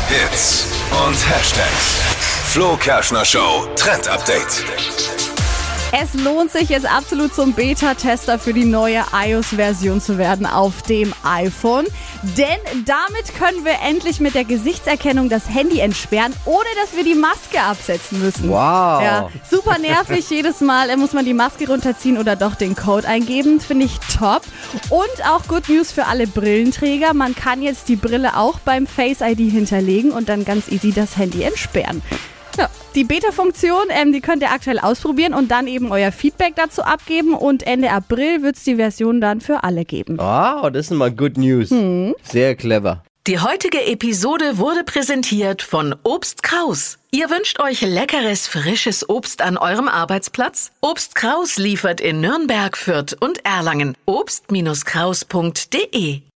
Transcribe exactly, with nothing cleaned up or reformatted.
Hits und Hashtags. Flo Kerschner Show Trend Update. Es lohnt sich jetzt absolut zum Beta-Tester für die neue iOS-Version zu werden auf dem iPhone. Denn damit können wir endlich mit der Gesichtserkennung das Handy entsperren, ohne dass wir die Maske absetzen müssen. Wow. Ja, super nervig. Jedes Mal muss man die Maske runterziehen oder doch den Code eingeben. Finde ich top. Und auch Good News für alle Brillenträger. Man kann jetzt die Brille auch beim Face I D hinterlegen und dann ganz easy das Handy entsperren. Ja, die Beta-Funktion, ähm, die könnt ihr aktuell ausprobieren und dann eben euer Feedback dazu abgeben. Und Ende April wird es die Version dann für alle geben. Wow, das ist mal Good News. Hm. Sehr clever. Die heutige Episode wurde präsentiert von Obst Kraus. Ihr wünscht euch leckeres, frisches Obst an eurem Arbeitsplatz? Obst Kraus liefert in Nürnberg, Fürth und Erlangen. obst Kraus punkt de